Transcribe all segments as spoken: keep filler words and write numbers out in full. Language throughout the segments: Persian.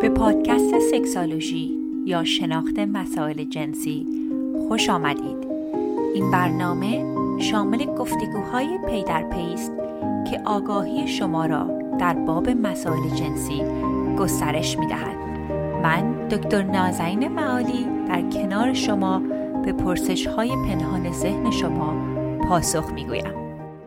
به پادکست سکسولوژی یا شناخت مسائل جنسی خوش آمدید. این برنامه شامل گفتگوهای پی در پی است که آگاهی شما را در باب مسائل جنسی گسترش می‌دهد. من دکتر نازنین معالی در کنار شما به پرسش‌های پنهان ذهن شما پاسخ می‌گویم.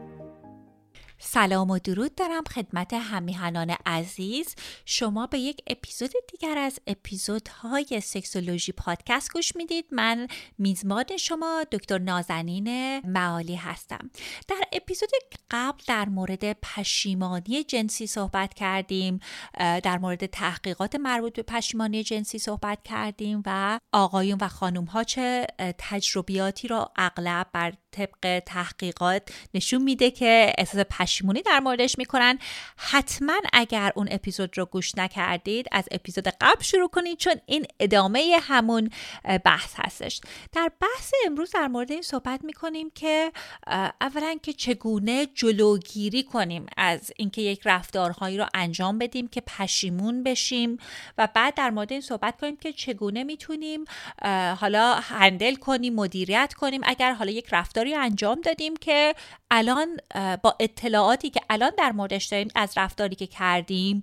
سلام و درود دارم خدمت همیهنان عزیز. شما به یک اپیزود دیگر از اپیزودهای سکسولوژی پادکست گوش میدید. من میزبان شما دکتر نازنین معالی هستم. در اپیزود قبل در مورد پشیمانی جنسی صحبت کردیم، در مورد تحقیقات مربوط به پشیمانی جنسی صحبت کردیم و آقایون و خانم ها چه تجربیاتی را اغلب بر طبق تحقیقات نشون میده که احساس پشیمونی در موردش میکنن. حتما اگر اون اپیزود رو گوش نکردید از اپیزود قبل شروع کنید، چون این ادامه همون بحث هستش. در بحث امروز در مورد این صحبت میکنیم که اولا که چگونه جلوگیری کنیم از اینکه یک رفتارهایی رو انجام بدیم که پشیمون بشیم، و بعد در مورد این صحبت کنیم که چگونه میتونیم حالا هندل کنیم، مدیریت کنیم اگر حالا یک رفتار انجام دادیم که الان با اطلاعاتی که الان در موردش داریم از رفتاری که کردیم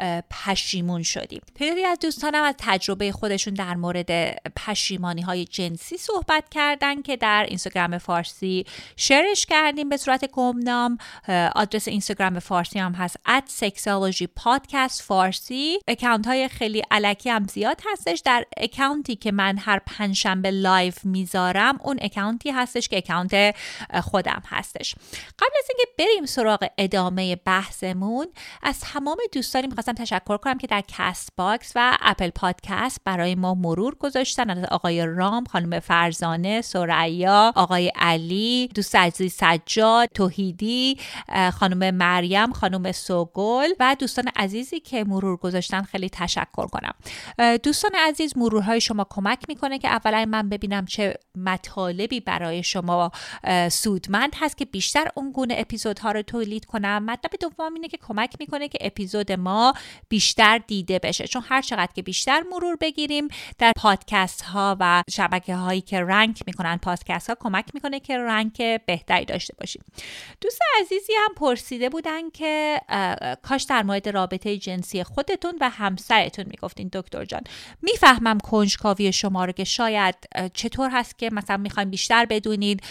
پشیمون شدیم. تعدادی از دوستانم از تجربه خودشون در مورد پشیمانی های جنسی صحبت کردن که در اینستاگرام فارسی شیرش کردیم به صورت گمنام. آدرس اینستاگرام فارسی هم هست ات سکسولوژی پادکست فارسی. اکانت های خیلی الکی هم زیاد هستش. در اکانتی که من هر پنجشنبه لایو میذارم اون اکانتی هستش که اکانت خودم هستش. قبل از اینکه بریم سراغ ادامه بحثمون، از تمام دوستانی می‌خواستم تشکر کنم که در کست باکس و اپل پادکست برای ما مرور گذاشتن. از آقای رام، خانم فرزانه، ثریا، آقای علی، دوست عزیز سجاد، توحیدی، خانم مریم، خانم سوگل و دوستان عزیزی که مرور گذاشتن خیلی تشکر کنم. دوستان عزیز، مرورهای شما کمک میکنه که اولا من ببینم چه مطالبی برای شما سودمند هست که بیشتر اون گونه اپیزودها رو تولید کنم. مطلب دوم اینه که کمک میکنه که اپیزود ما بیشتر دیده بشه، چون هر چقدر که بیشتر مرور بگیریم در پادکست ها و شبکه هایی که رنک میکنن پادکست ها، کمک میکنه که رنک بهتری داشته باشیم. دوست عزیزی هم پرسیده بودن که کاش در مورد رابطه جنسی خودتون و همسرتون میگفتین دکتر جان. میفهمم کنجکاوی شما رو که شاید چطور هست که مثلا میخوایم بیشتر بدونید.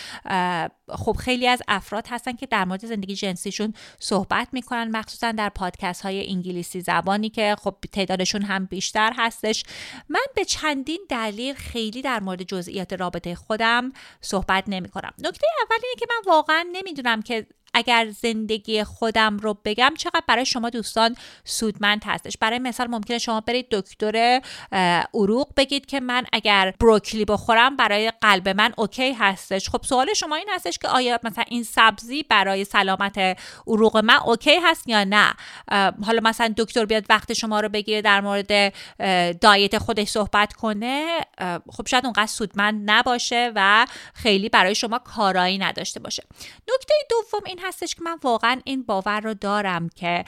خب خیلی از افراد هستن که در مورد زندگی جنسیشون صحبت میکنن، مخصوصا در پادکست های انگلیسی زبانی که خب تعدادشون هم بیشتر هستش. من به چندین دلیل خیلی در مورد جزئیات رابطه خودم صحبت نمیکنم. نکته اول اینه که من واقعا نمیدونم که اگر زندگی خودم رو بگم چقدر برای شما دوستان سودمند هستش. برای مثال ممکنه شما برید دکتر عروق بگید که من اگر بروکلی بخورم برای قلب من اوکی هستش. خب سوال شما این هستش که آیا مثلا این سبزی برای سلامت عروق من اوکی هست یا نه. حالا مثلا دکتر بیاد وقت شما رو بگیره در مورد دایت خودش صحبت کنه، خب شاید اونقدر سودمند نباشه و خیلی برای شما کارایی نداشته باشه. نکته دوم این هستش که من واقعا این باور رو دارم که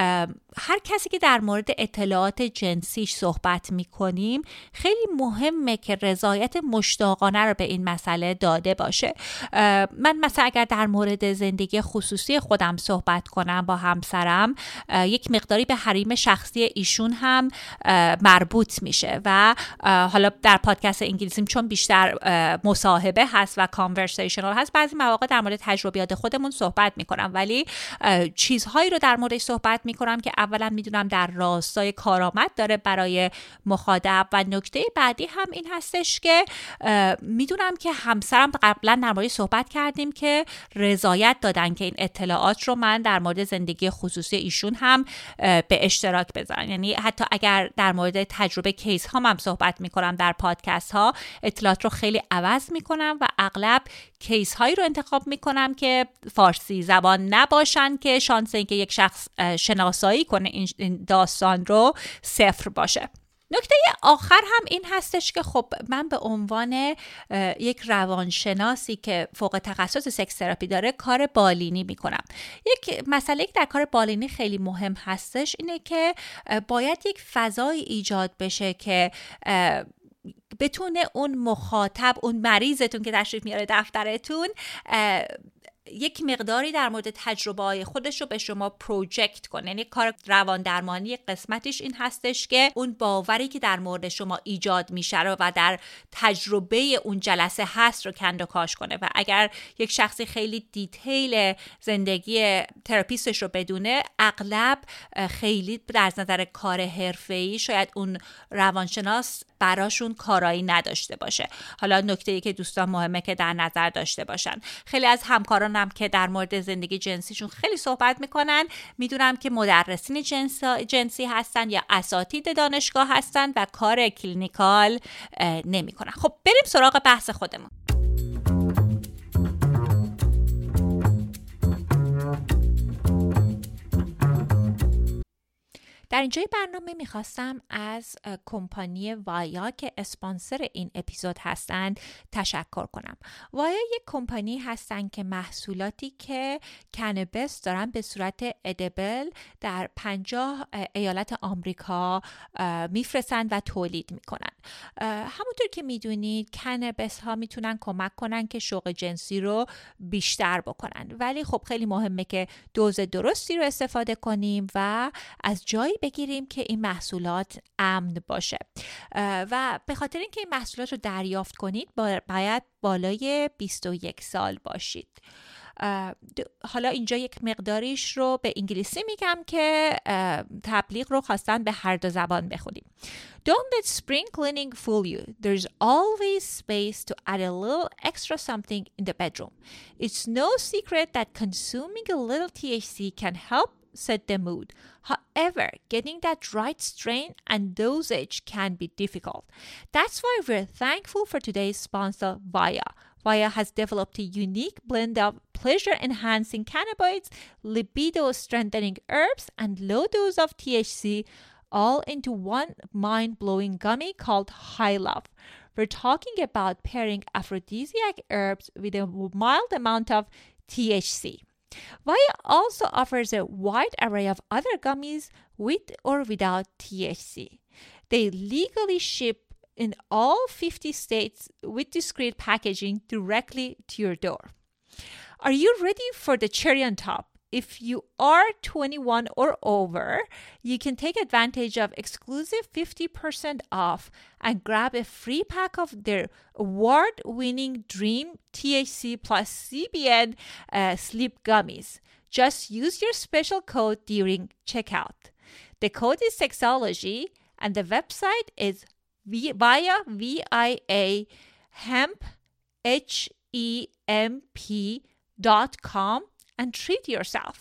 هر کسی که در مورد اطلاعات جنسیش صحبت میکنیم خیلی مهمه که رضایت مشتاقانه رو به این مسئله داده باشه. من مثلا اگر در مورد زندگی خصوصی خودم صحبت کنم با همسرم، یک مقداری به حریم شخصی ایشون هم مربوط میشه و حالا در پادکست انگلیسیم چون بیشتر مصاحبه هست و کانورسیشنال هست، بعضی مواقع در مورد تجربیات خودمون صحبت میکنم، ولی چیزهایی رو در موردش صحبت میکنم که اولا میدونم در راستای کارآمد داره برای مخاطب، و نکته بعدی هم این هستش که میدونم که همسرم قبلا در مورد صحبت کردیم که رضایت دادن که این اطلاعات رو من در مورد زندگی خصوصی ایشون هم به اشتراک بذارم. یعنی حتی اگر در مورد تجربه کیس ها هم صحبت میکنم در پادکست ها، اطلاعات رو خیلی عوض میکنم و اغلب کیس هایی رو انتخاب میکنم که فارسی زبان نباشن که شانس اینکه یک شخص شناسایی کنه این داستان رو صفر باشه. نکته آخر هم این هستش که خب من به عنوان یک روانشناسی که فوق تخصص سکس تراپی داره کار بالینی میکنم. یک مسئله که در کار بالینی خیلی مهم هستش اینه که باید یک فضای ایجاد بشه که بتونه اون مخاطب، اون مریضتون که تشریف میاره دفترتون، یک مقداری در مورد تجربه‌های خودش رو به شما پروژکت کنه. یعنی کار روان درمانی قسمتش این هستش که اون باوری که در مورد شما ایجاد میشه رو و در تجربه اون جلسه هست رو کند و کاش کنه. و اگر یک شخصی خیلی دیتیل زندگی تراپیستش رو بدونه، اغلب خیلی در نظر کار حرفه‌ای شاید اون روانشناس براشون کارایی نداشته باشه. حالا نکته‌ای که دوستان مهمه که در نظر داشته باشن، خیلی از همکارانم که در مورد زندگی جنسیشون خیلی صحبت میکنن، میدونم که مدرسین جنسی هستن یا اساتید دانشگاه هستن و کار کلینیکال نمیکنن. خب بریم سراغ بحث خودمون. در اینجای برنامه میخواستم از کمپانی وایا که اسپانسر این اپیزود هستند تشکر کنم. وایا یک کمپانی هستن که محصولاتی که کنابیس دارن به صورت ادیبل در پنجاه ایالت آمریکا میفرستن و تولید میکنن. همونطور که میدونید کنابیس ها میتونن کمک کنن که شوق جنسی رو بیشتر بکنن، ولی خب خیلی مهمه که دوز درستی رو استفاده کنیم و از جایی بگیریم که این محصولات امن باشه. و به خاطر اینکه این محصولات رو دریافت کنید باید بالای بیست و یک سال باشید. حالا اینجا یک مقداریش رو به انگلیسی میگم که تبلیغ رو خواستن به هر دو زبان بخونیم. Don't let spring cleaning fool you. There's always space to add a little extra something in the bedroom. It's no secret that consuming a little T H C can help set the mood. However, getting that right strain and dosage can be difficult. That's why we're thankful for today's sponsor, Vaya. Vaya has developed a unique blend of pleasure-enhancing cannabinoids, libido-strengthening herbs, and low dose of T H C, all into one mind-blowing gummy called High Love. We're talking about pairing aphrodisiac herbs with a mild amount of T H C. Vaya also offers a wide array of other gummies with or without T H C. They legally ship in all fifty states with discreet packaging directly to your door. Are you ready for the cherry on top? If you are twenty-one or over, you can take advantage of exclusive fifty percent off and grab a free pack of their award-winning Dream T H C plus C B N uh, sleep gummies. Just use your special code during checkout. The code is Sexology and the website is Via, V I A, hemp, H E M P dot com. And treat yourself.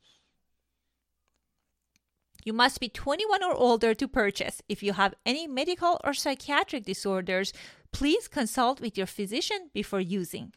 You must be twenty-one or older to purchase. If you have any medical or psychiatric disorders, please consult with your physician before using.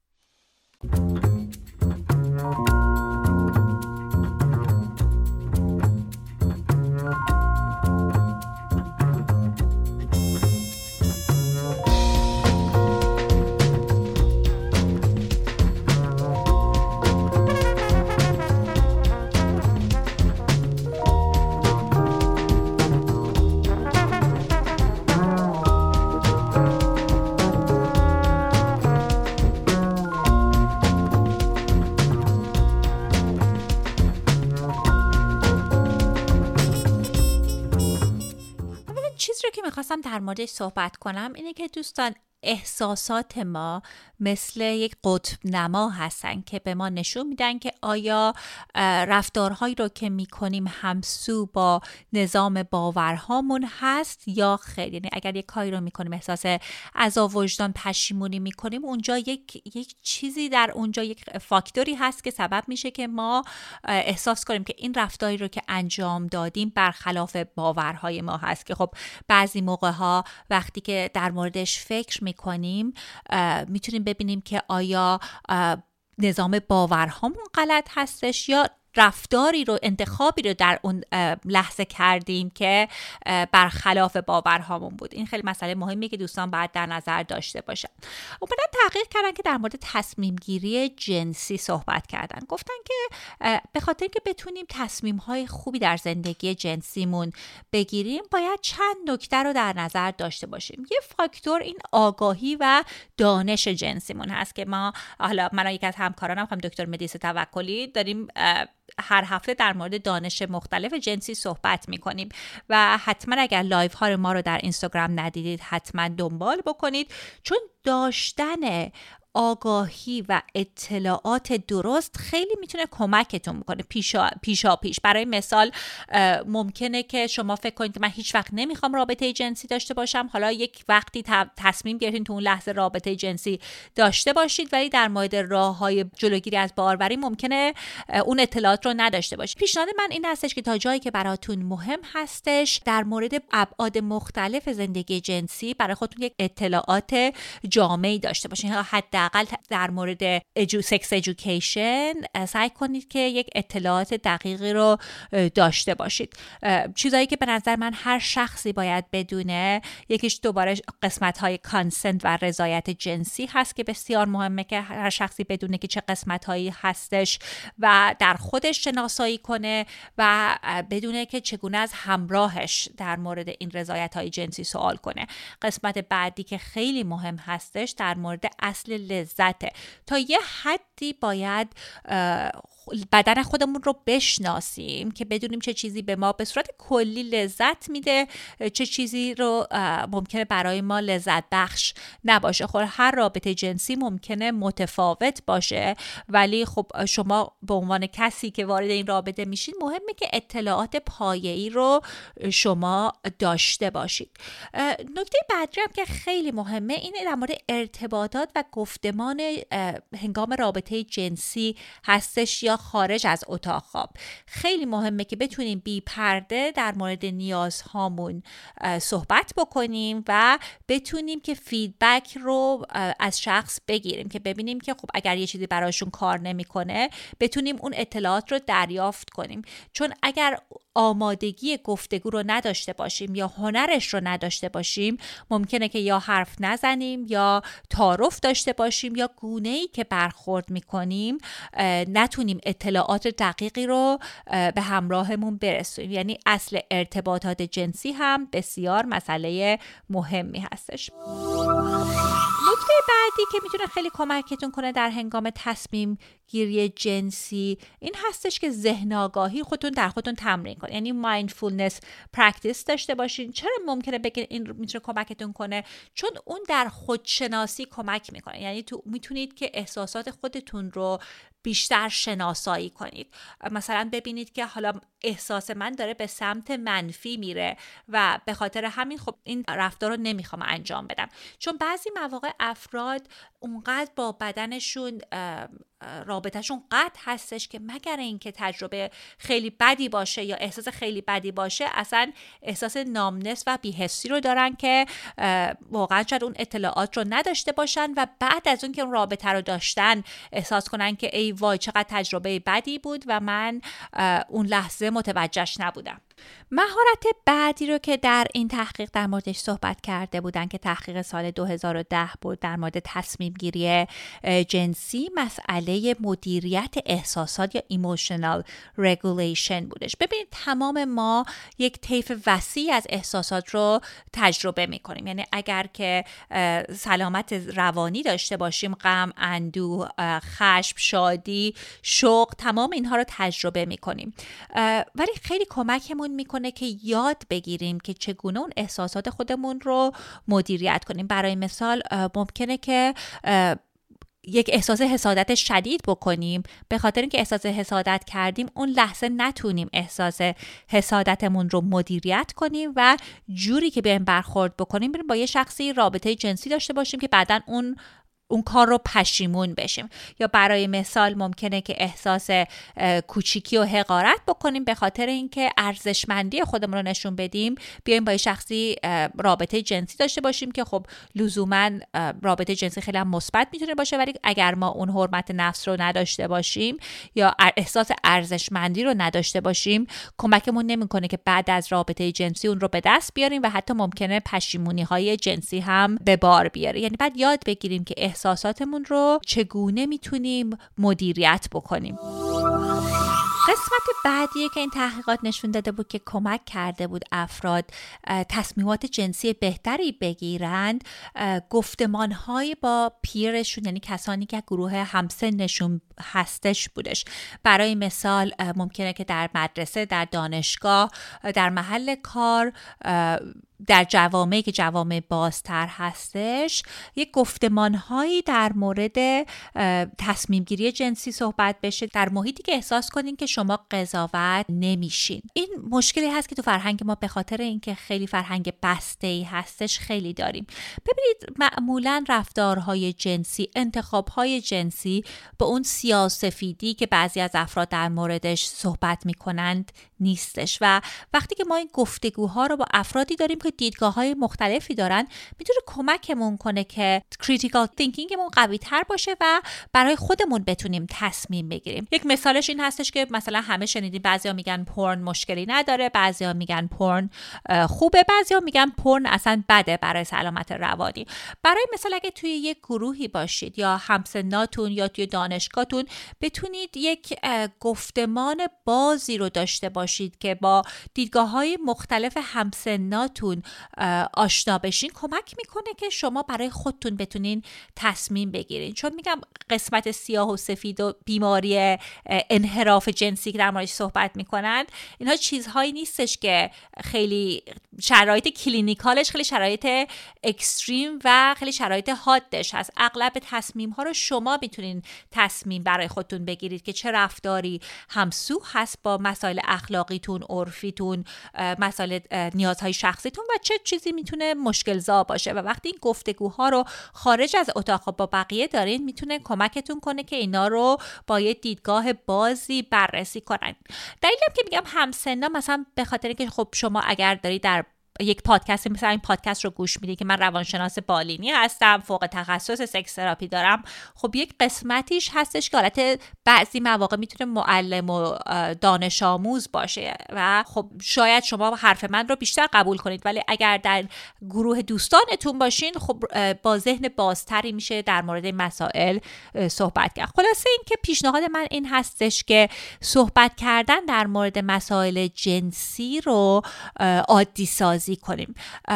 میخواستم در موردش صحبت کنم اینه که دوستان، احساسات ما مثل یک قطب نما هستن که به ما نشون میدن که آیا رفتارهایی رو که میکنیم همسو با نظام باورهامون هست یا خیر. یعنی اگر یک کاری رو میکنیم احساس عذاب وجدان پشیمونی میکنیم، اونجا یک یک چیزی در اونجا، یک فاکتوری هست که سبب میشه که ما احساس کنیم که این رفتاری رو که انجام دادیم برخلاف باورهای ما هست. که خب بعضی موقع ها وقتی که در موردش فکر میکنیم میتونیم ببینیم که آیا نظام باورهامون غلط هستش یا رفتاری رو انتخابی رو در اون لحظه کردیم که برخلاف باورهامون بود. این خیلی مسئله مهمی که دوستان باید در نظر داشته باشن. اومدن تحقیق کردن که در مورد تصمیم گیری جنسی صحبت کردن. گفتن که به خاطر که بتونیم تصمیم های خوبی در زندگی جنسیمون بگیریم باید چند نکته رو در نظر داشته باشیم. یه فاکتور این آگاهی و دانش جنسیمون هست که ما، حالا من و یکی از همکارانم هم دکتر مدیس توکلی داریم هر هفته در مورد دانش مختلف جنسی صحبت میکنیم و حتما اگر لایو ها ما رو در اینستاگرام ندیدید حتما دنبال بکنید، چون داشتن آگاهی و اطلاعات درست خیلی میتونه کمکتون بکنه پیشا پیشا پیش. برای مثال ممکنه که شما فکر کنید من هیچ وقت نمیخوام رابطه جنسی داشته باشم، حالا یک وقتی تصمیم گرفتین تو اون لحظه رابطه جنسی داشته باشید، ولی در مورد راههای جلوگیری از باروری ممکنه اون اطلاعات رو نداشته باشید. پیشنهاد من این هستش که تا جایی که براتون مهم هستش در مورد ابعاد مختلف زندگی جنسی برای خودتون یک اطلاعات جامعی داشته باشین. حتی حداقل در مورد ایجو سکس ادویکیشن سعی کنید که یک اطلاعات دقیقی رو داشته باشید. چیزایی که به نظر من هر شخصی باید بدونه، یکیش دوباره قسمت های کانسنت و رضایت جنسی هست که بسیار مهمه که هر شخصی بدونه که چه قسمت هایی هستش و در خودش شناسایی کنه و بدونه که چگونه از همراهش در مورد این رضایت های جنسی سوال کنه. قسمت بعدی که خیلی مهم هستش در مورد اصل لذته. تا یه حدی باید بدن خودمون رو بشناسیم که بدونیم چه چیزی به ما به صورت کلی لذت میده، چه چیزی رو ممکنه برای ما لذت بخش نباشه. خب هر رابطه جنسی ممکنه متفاوت باشه، ولی خب شما به عنوان کسی که وارد این رابطه میشین مهمه که اطلاعات پایه‌ای رو شما داشته باشید. نکته بعدی هم که خیلی مهمه اینه در مورد ارتباطات و گفتمان هنگام رابطه جنسی هستش یا خارج از اتاق خواب. خیلی مهمه که بتونیم بی پرده در مورد نیازهامون صحبت بکنیم و بتونیم که فیدبک رو از شخص بگیریم که ببینیم که خب اگر یه چیزی براشون کار نمیکنه بتونیم اون اطلاعات رو دریافت کنیم. چون اگر آمادگی گفتگو رو نداشته باشیم یا هنرش رو نداشته باشیم ممکنه که یا حرف نزنیم یا تعارف داشته باشیم یا گونه‌ای که برخورد میکنیم نتونیم اطلاعات دقیقی رو به همراهمون برسونیم. یعنی اصل ارتباطات جنسی هم بسیار مسئله مهمی هستش. نکته بعدی که میتونه خیلی کمکتون کنه در هنگام تصمیم گیری جنسی این هستش که ذهن آگاهی خودتون در خودتون تمرین کنید. یعنی مایندفولنس پرکتیس داشته باشین. چرا ممکنه بگین این میتونه کمکتون کنه؟ چون اون در خودشناسی کمک میکنه. یعنی تو میتونید که احساسات خودتون رو بیشتر شناسایی کنید. مثلا ببینید که حالا احساس من داره به سمت منفی میره و به خاطر همین خب این رفتار رو نمیخوام انجام بدم. چون بعضی مواقع افراد اونقدر با بدنشون رابطهشون قطع هستش که مگر اینکه تجربه خیلی بدی باشه یا احساس خیلی بدی باشه اصلا احساس نامنس و بی‌حسی رو دارن که واقعا شاید اون اطلاعات رو نداشته باشن و بعد از اون که اون رابطه رو داشتن احساس کنن که ای وای چقدر تجربه بدی بود و من اون لحظه متوجهش نبودم. مهارت بعدی رو که در این تحقیق در موردش صحبت کرده بودن که تحقیق سال دو هزار و ده بود در مورد تصمیم گیری جنسی، مسئله مدیریت احساسات یا emotional regulation بودش. ببینید تمام ما یک طیف وسیع از احساسات رو تجربه میکنیم. یعنی اگر که سلامت روانی داشته باشیم، غم، اندوه، خشم، شادی، شوق، تمام اینها رو تجربه میکنیم. ولی خیلی کمکمون میکنه که یاد بگیریم که چگونه اون احساسات خودمون رو مدیریت کنیم. برای مثال ممکنه که یک احساس حسادت شدید بکنیم، به خاطر اینکه احساس حسادت کردیم اون لحظه نتونیم احساس حسادتمون رو مدیریت کنیم و جوری که بهم برخورد بکنیم بریم با یه شخصی رابطه جنسی داشته باشیم که بعداً اون اون کار رو پشیمون بشیم. یا برای مثال ممکنه که احساس کوچیکی و حقارت بکنیم به خاطر اینکه ارزشمندی خودمون رو نشون بدیم، بیایم با شخصی رابطه جنسی داشته باشیم که خب لزوما رابطه جنسی خیلی هم مثبت میتونه باشه، ولی اگر ما اون حرمت نفس رو نداشته باشیم یا احساس ارزشمندی رو نداشته باشیم، کمکمون نمیکنه که بعد از رابطه جنسی اون رو به دست بیاریم و حتی ممکنه پشیمونی های جنسی هم به بار بیاره. یعنی بعد یاد بگیریم که احساساتمون رو چگونه میتونیم مدیریت بکنیم. قسمت بعدیه که این تحقیقات نشون داده بود که کمک کرده بود افراد تصمیمات جنسی بهتری بگیرند، گفتمان‌های با پیرشون، یعنی کسانی که گروه همسنشون هستش بودش. برای مثال ممکنه که در مدرسه، در دانشگاه، در محل کار، در جوامعی که جوامع بازتر هستش، یک گفتمان‌هایی در مورد تصمیم گیری جنسی صحبت بشه، در محیطی که احساس کنین که شما قضاوت نمیشین. این مشکلی هست که تو فرهنگ ما به خاطر اینکه خیلی فرهنگ بسته‌ای هستش خیلی داریم. ببینید معمولاً رفتارهای جنسی، انتخابهای جنسی با اون سیاه‌وسفیدی که بعضی از افراد در موردش صحبت میکنند نیستش و وقتی که ما این گفتگوها رو با افرادی داریم که دیدگاه‌های مختلفی دارن، میتونه کمکمون کنه که کریتیکال تینکینگمون قوی تر باشه و برای خودمون بتونیم تصمیم بگیریم. یک مثالش این هستش که مثلا همه شنیدین بعضیا میگن پورن مشکلی نداره، بعضیا میگن پورن خوبه، بعضیا میگن پورن اصلا بده برای سلامت روانی. برای مثال اگه توی یک گروهی باشید یا همسناتون یا توی دانشگاهتون، بتونید یک گفتمان بازی رو داشته باشید که با دیدگاه‌های مختلف همسناتون آشنا بشین، کمک میکنه که شما برای خودتون بتونین تصمیم بگیرین. چون میگم قسمت سیاه و سفید و بیماری انحراف جنسی که در موردش صحبت میکنن، اینها چیزهایی نیستش که خیلی شرایط کلینیکالش خیلی شرایط اکستریم و خیلی شرایط حادش هست. اغلب تصمیم ها رو شما میتونین تصمیم برای خودتون بگیرید که چه رفتاری همسو هست با مسائل اخلاقیتون، عرفیتون، مسائل نیازهای شخصیتون و چه چیزی میتونه مشکل زا باشه. و وقتی این گفتگوها رو خارج از اتاق با بقیه دارین، میتونه کمکتون کنه که اینا رو با یه دیدگاه بازی بررسی کنن. دلیلم که میگم همسنا مثلا به خاطر که خب شما اگر داری در یک پادکست مثلا این پادکست رو گوش میدی که من روانشناس بالینی هستم، فوق تخصص سکس تراپی دارم، خب یک قسمتیش هستش که حالت بعضی مواقع میتونه معلم و دانش آموز باشه و خب شاید شما حرف من رو بیشتر قبول کنید، ولی اگر در گروه دوستانتون باشین خب با ذهن بازتری میشه در مورد این مسائل صحبت کرد. خلاصه این که پیشنهاد من این هستش که صحبت کردن در مورد مسائل جنسی رو عادی سازی کنیم.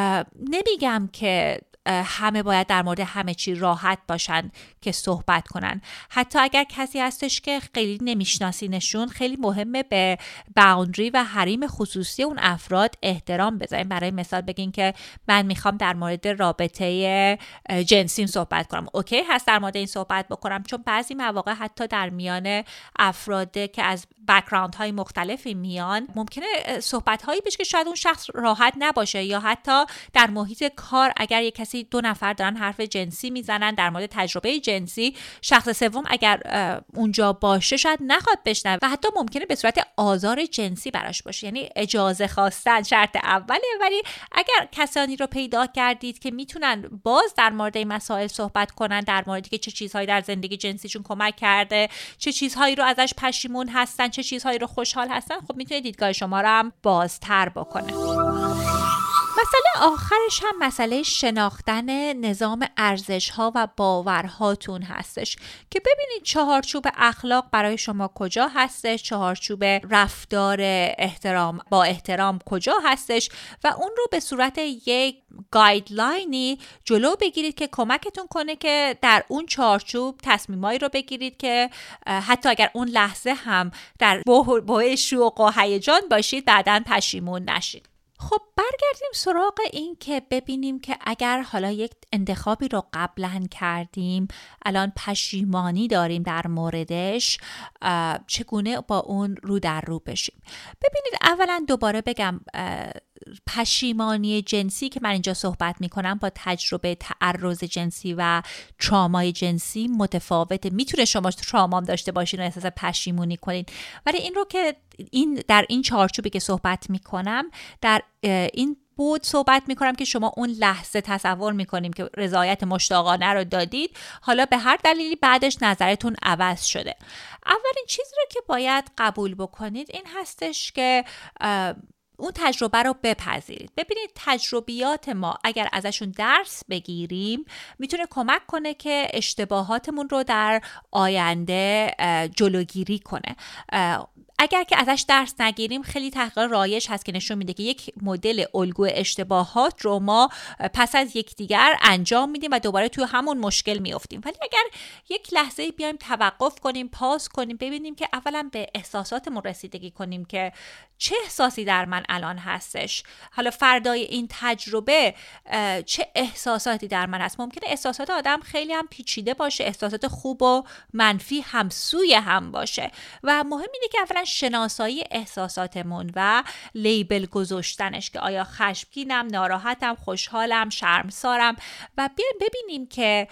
نمیگم که همه باید در مورد همه چی راحت باشن که صحبت کنن. حتی اگر کسی هستش که خیلی نمیشناسینشون، خیلی مهمه به باوندری و حریم خصوصی اون افراد احترام بذاریم. برای مثال بگین که من میخوام در مورد رابطه جنسیم صحبت کنم، اوکی هست در مورد این صحبت بکنم، چون بعضی مواقع حتی در میان افراد که از بک‌گراند های مختلفی میان ممکنه صحبت هایی بشه که شاید اون شخص راحت نباشه، یا حتی در محیط کار اگر یک کسی دو نفر دارن حرف جنسی میزنن در مورد تجربه جنسی، شخص سوم اگر اونجا باشه شاید نخواد بشنوه و حتی ممکنه به صورت آزار جنسی براش باشه. یعنی اجازه خواستن شرط اوله، ولی اگر کسانی رو پیدا کردید که میتونن باز در مورد این مسائل صحبت کنن، در موردی که چه چیزهایی در زندگی جنسیشون کمک کرده، چه چیزهایی رو ازش پشیمون هستن، چه چیزهایی رو خوشحال هستن، خب میتونه دیدگاه شما رو هم بازتر بکنه. مسئله آخرش هم مسئله شناختن نظام ارزش‌ها و باورهاتون هستش که ببینید چهارچوب اخلاق برای شما کجا هستش، چهارچوب رفتار احترام با احترام کجا هستش و اون رو به صورت یک گایدلاینی جلو بگیرید که کمکتون کنه که در اون چهارچوب تصمیمایی رو بگیرید که حتی اگر اون لحظه هم در بوه شوق و هیجان باشید بعداً پشیمون نشید. خب برگردیم سراغ این که ببینیم که اگر حالا یک انتخابی رو قبلا کردیم، الان پشیمانی داریم در موردش، چگونه با اون رو در رو بشیم. ببینید اولا دوباره بگم پشیمانی جنسی که من اینجا صحبت میکنم با تجربه تعرض جنسی و ترامای جنسی متفاوته. میتونه شما ترامام داشته باشین و احساس پشیمونی کنین، ولی این رو که این در این چارچوبی که صحبت میکنم در این بود صحبت میکنم که شما اون لحظه تصور میکنیم که رضایت مشتاقانه رو دادید، حالا به هر دلیلی بعدش نظرتون عوض شده. اولین چیزی رو که باید قبول بکنید این هستش که اون تجربه رو بپذیرید. ببینید تجربیات ما اگر ازشون درس بگیریم میتونه کمک کنه که اشتباهاتمون رو در آینده جلوگیری کنه. اگر که ازش درس نگیریم خیلی تحقیقات رایج هست که نشون میده که یک مدل الگوی اشتباهات رو ما پس از یکدیگر انجام میدیم و دوباره توی همون مشکل میافتیم. ولی اگر یک لحظه بیایم توقف کنیم، پاس کنیم، ببینیم که اولا به احساساتمون رسیدگی کنیم که چه احساسی در من الان هستش، حالا فردای این تجربه چه احساساتی در من هست. ممکنه احساسات آدم خیلی هم پیچیده باشه، احساسات خوب و منفی همسوی هم باشه و مهم اینه که اولا شناسایی احساساتمون و لیبل گذاشتنش که آیا خشمگینم، ناراحتم، خوشحالم، شرمسارم و بیایم ببینیم که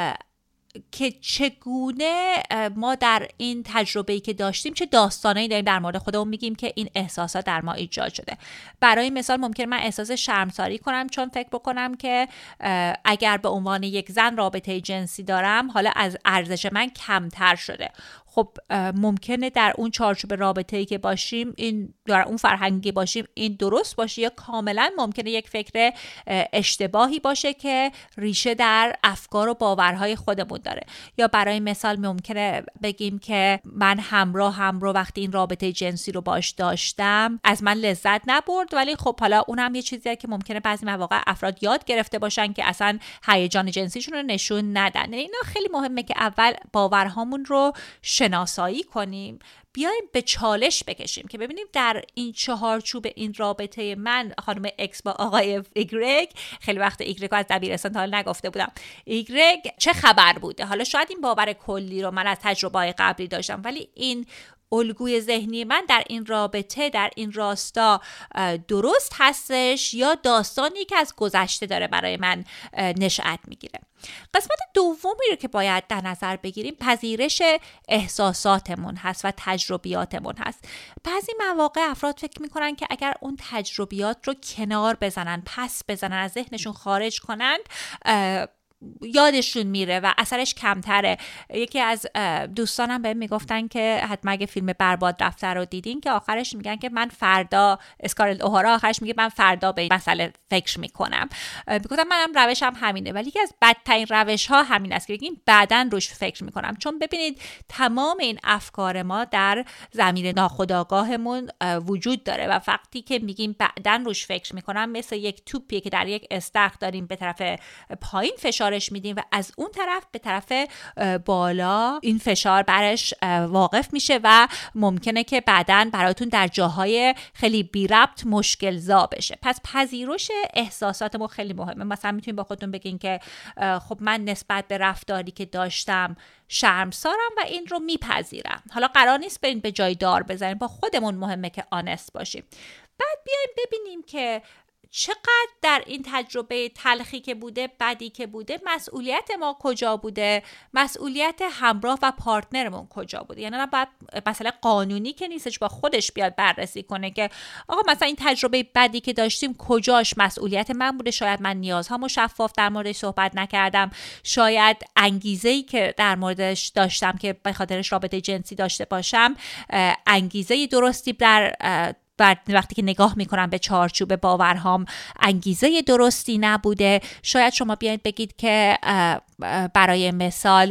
که چگونه ما در این تجربه‌ای که داشتیم چه داستانایی داریم در مورد خودمون میگیم که این احساسات در ما ایجاد شده. برای مثال ممکن من احساس شرمساری کنم چون فکر بکنم که اگر به عنوان یک زن رابطه جنسی دارم حالا از ارزش من کمتر شده. خب ممکنه در اون چارچوب رابطه‌ای که باشیم، این در اون فرهنگی باشیم این درست باشه، یا کاملا ممکنه یک فکر اشتباهی باشه که ریشه در افکار و باورهای خودمون داره. یا برای مثال ممکنه بگیم که من همراه همراه وقتی این رابطه جنسی رو باش داشتم از من لذت نبرد، ولی خب حالا اونم یه چیزیه که ممکنه بعضی مواقع افراد یاد گرفته باشن که اصلا هیجان جنسیشون رو نشون ندن. اینا خیلی مهمه که اول باورهامون رو شناسایی کنیم، بیایم به چالش بکشیم که ببینیم در این چهارچوب این رابطه من خانم اکس با آقای ایگرگ، خیلی وقت ایگرگ از دبیرستان تا حالا نگفته بودم، ایگرگ چه خبر بوده. حالا شاید این باور کلی رو من از تجربه‌های قبلی داشتم، ولی این الگوی ذهنی من در این رابطه در این راستا درست هستش یا داستانی که از گذشته داره برای من نشأت میگیره. قسمت دومی رو که باید در نظر بگیریم پذیرش احساساتمون هست و تجربیاتمون هست. بعضی مواقع افراد فکر میکنن که اگر اون تجربیات رو کنار بزنن، پس بزنن، از ذهنشون خارج کنند، یادشون میره و اثرش کمتره. یکی از دوستانم بهم میگفتن که حتما اگه فیلم برباد رفته رو دیدین که آخرش میگن که من فردا، اسکارلت اوهارا آخرش میگه من فردا به این مسئله فکر میکنم. میگفتم منم روشم همینه، ولی یکی از بدترین روش ها همین است که بگیم بعدن روش فکر میکنم. چون ببینید تمام این افکار ما در ضمیر ناخودآگاهمون وجود داره و وقتی که میگیم بعدن روش فکر میکنم مثل یک توپیه که در یک استخر داریم به طرف پایین فشار میدیم و از اون طرف به طرف بالا این فشار برش واقف میشه و ممکنه که بعداً براتون در جاهای خیلی بی ربط مشکل زا بشه. پس پذیرش احساساتمون خیلی مهمه. مثلا میتونید با خودتون بگین که خب من نسبت به رفتاری که داشتم شرمسارم و این رو میپذیرم. حالا قرار نیست برین به جای دار بزنین، با خودمون مهمه که آنست باشیم. بعد بیایم ببینیم که چقدر در این تجربه تلخی که بوده، بدی که بوده، مسئولیت ما کجا بوده، مسئولیت همراه و پارتنرمون کجا بوده. یعنی باید مسئله قانونی که نیستش با خودش بیاد بررسی کنه که آقا مثلا این تجربه بدی که داشتیم کجاش مسئولیت من بوده، شاید من نیازهامو شفاف در موردش صحبت نکردم، شاید انگیزه‌ای که در موردش داشتم که به خاطرش رابطه جنسی داشته باشم انگیزه درستی در بعد وقتی که نگاه میکنم به چارچوب باورهام انگیزه درستی نبوده. شاید شما بیاید بگید که برای مثال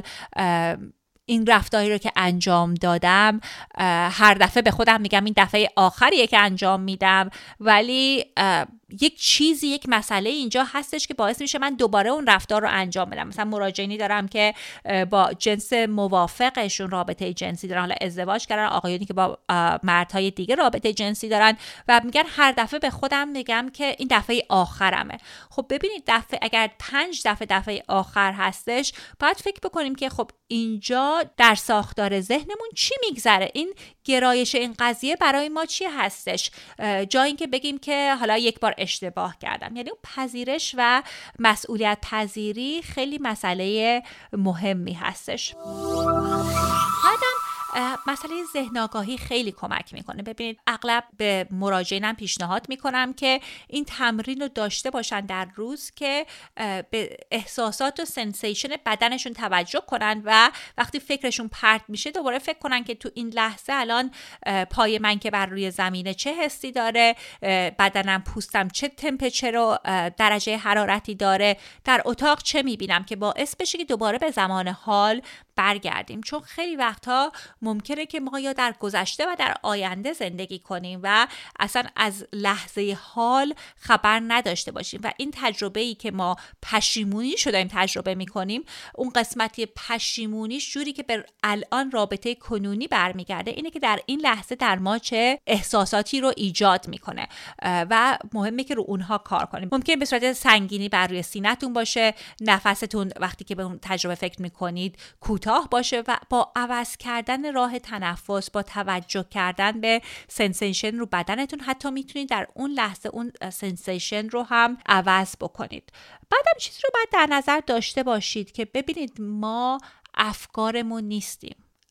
این رفتاری رو که انجام دادم هر دفعه به خودم میگم این دفعه آخریه که انجام میدم، ولی یک چیزی یک مسئله اینجا هستش که باعث میشه من دوباره اون رفتار رو انجام بدم. مثلا مراجعینی دارم که با جنس موافقشون رابطه جنسی دارن، حالا ازدواج کردن، آقایونی که با مردهای دیگه رابطه جنسی دارن و میگن هر دفعه به خودم میگم که این دفعه آخرمه. خب ببینید دفعه اگر پنج دفعه دفعه آخر هستش باید فکر بکنیم که خب اینجا در ساختار ذهنمون چی میگذره، این گرایش این قضیه برای ما چی هستش. جای اینکه بگیم که حالا یک بار اشتباه کردم. یعنی اون پذیرش و مسئولیت پذیری خیلی مسئله مهمی هستش. بعدم مسئله ذهن آگاهی خیلی کمک میکنه. ببینید اغلب به مراجعینم پیشنهاد میکنم که این تمرین رو داشته باشن در روز که به احساسات و سنسیشن بدنشون توجه کنن و وقتی فکرشون پرت میشه دوباره فکر کنن که تو این لحظه الان پای من که بر روی زمینه چه حسی داره، بدنم، پوستم چه تمپرچر و درجه حرارتی داره، در اتاق چه میبینم، که باعث بشه که دوباره به زمان حال برگردیم. چون خیلی وقتها ممکنه که ما یا در گذشته و در آینده زندگی کنیم و اصلا از لحظه حال خبر نداشته باشیم و این تجربه‌ای که ما پشیمونی شو داریم تجربه می‌کنیم، اون قسمتی پشیمونیش جوری که به الان رابطه کنونی برمیگرده اینه که در این لحظه در ما چه احساساتی رو ایجاد میکنه و مهمه که رو اونها کار کنیم. ممکنه به صورت سنگینی بر روی سینه‌تون باشه، نفستون وقتی که به اون تجربه فکر می‌کنید کوتاه باشه و با عوض کردن راه تنفس، با توجه کردن به سنسیشن رو بدنتون حتی میتونید در اون لحظه اون سنسیشن رو هم عوض بکنید. بعدم چیزی رو باید در نظر داشته باشید که ببینید ما افکارمون نیستیم.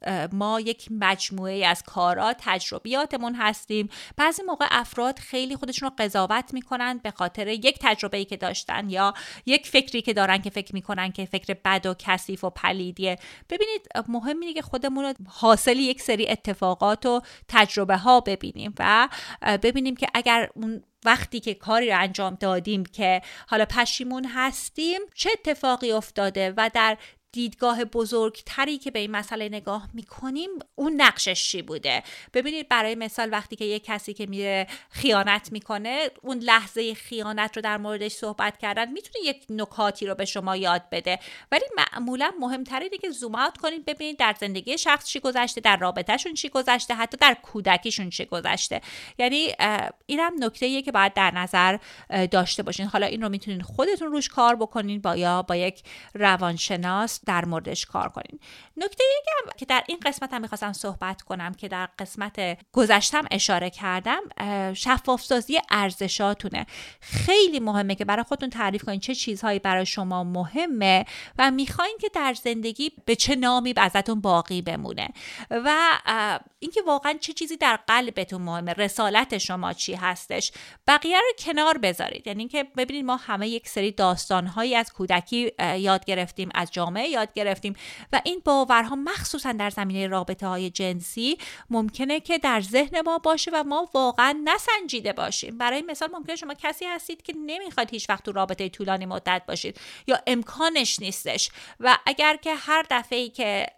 ما یک مجموعه از کارا، تجربیاتمون هستیم. بعضی موقع افراد خیلی خودشون رو قضاوت میکنن به خاطر یک تجربه‌ای که داشتن یا یک فکری که دارن که فکر میکنن که فکر بد و کثیف و پلیدیه. ببینید مهم اینه که خودمون رو حاصل یک سری اتفاقات و تجربه ها ببینیم و ببینیم که اگر اون وقتی که کاری رو انجام دادیم که حالا پشیمون هستیم چه اتفاقی افتاده و در دیدگاه بزرگتری که به این مسئله نگاه میکنیم اون نقشش چی بوده. ببینید برای مثال وقتی که یک کسی که میره خیانت میکنه، اون لحظه خیانت رو در موردش صحبت کردن میتونه یک نکاتی رو به شما یاد بده، ولی معمولا مهمتره اینه که زوم اوت کنید ببینید در زندگی شخص چی گذشته، در رابطهشون چی گذشته، حتی در کودکیشون چی گذشته. یعنی اینم نکته‌ایه که باید در نظر داشته باشین. حالا این رو میتونین خودتون روش کار بکنین با یا با یک روانشناس در موردش کار کنین. نکته دیگه که در این قسمت هم میخواستم صحبت کنم که در قسمت گذشتم اشاره کردم، شفاف‌سازی ارزشاتونه. خیلی مهمه که برای خودتون تعریف کنین چه چیزهایی برای شما مهمه و میخواین که در زندگی به چه نامی ازتون باقی بمونه و اینکه واقعا چه چیزی در قلبتون مهمه، رسالت شما چی هستش. بقیه رو کنار بذارید. یعنی اینکه ببینید ما همه یک سری داستان‌هایی از کودکی یاد گرفتیم، از جامعه یاد گرفتیم و این باورها مخصوصا در زمینه رابطه‌های جنسی ممکنه که در ذهن ما باشه و ما واقعا نسنجیده باشیم. برای مثال ممکنه شما کسی هستید که نمیخواد هیچ وقت تو رابطه طولانی مدت باشید یا امکانش نیستش و اگر که هر دفعه‌ای که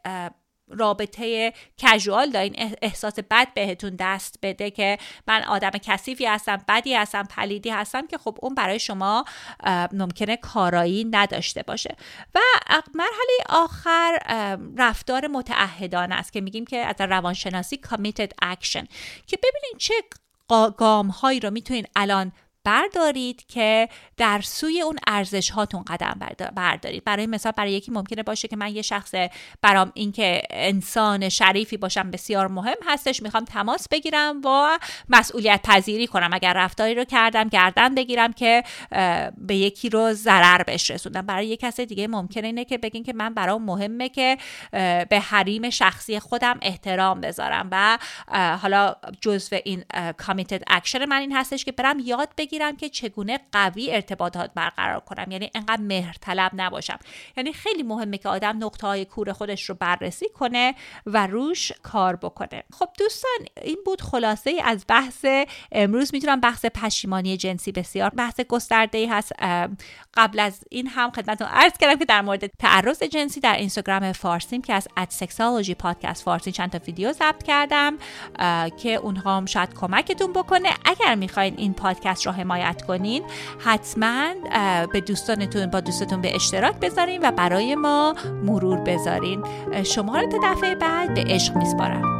رابطه کژوال دارین احساس بد بهتون دست بده که من آدم کثیفی هستم، بدی هستم، پلیدی هستم، که خب اون برای شما ممکنه کارایی نداشته باشه. و مرحله آخر رفتار متعهدانه است که میگیم که از روانشناسی committed action، که ببینید چه گام هایی رو میتونین الان بردارید که در سوی اون ارزش هاتون قدم بردارید. برای مثال برای یکی ممکنه باشه که من یه شخص برام این که انسان شریفی باشم بسیار مهم هستش، میخوام تماس بگیرم و مسئولیت پذیری کنم اگر رفتاری رو کردم، گردن بگیرم که به یکی رو ضرر بهش رسوندم. برای یک کس دیگه ممکنه اینه که بگین که من برام مهمه که به حریم شخصی خودم احترام بذارم و حالا جزء این committed action من این هستش که برم یاد بگیرم که چگونه قوی ارتباطات برقرار کنم، یعنی انقدر مهرطلب نباشم. یعنی خیلی مهمه که آدم نقطه‌های کور خودش رو بررسی کنه و روش کار بکنه. خب دوستان، این بود خلاصه ای از بحث امروز. میتونم بحث پشیمانی جنسی بسیار بحث گسترده‌ای هست. قبل از این هم خدمتتون عرض کردم که در مورد تعرض جنسی در اینستاگرام فارسیم که از ات سکسولوژی پادکست فارسی چند تا ویدیو ضبط کردم که اونها هم شاید کمکتون بکنه. اگر میخواین این پادکست رو حمایت کنین حتما به دوستانتون با دوستتون به اشتراک بذارین و برای ما مرور بذارین. شما رو تا دفعه بعد به عشق میسپارم.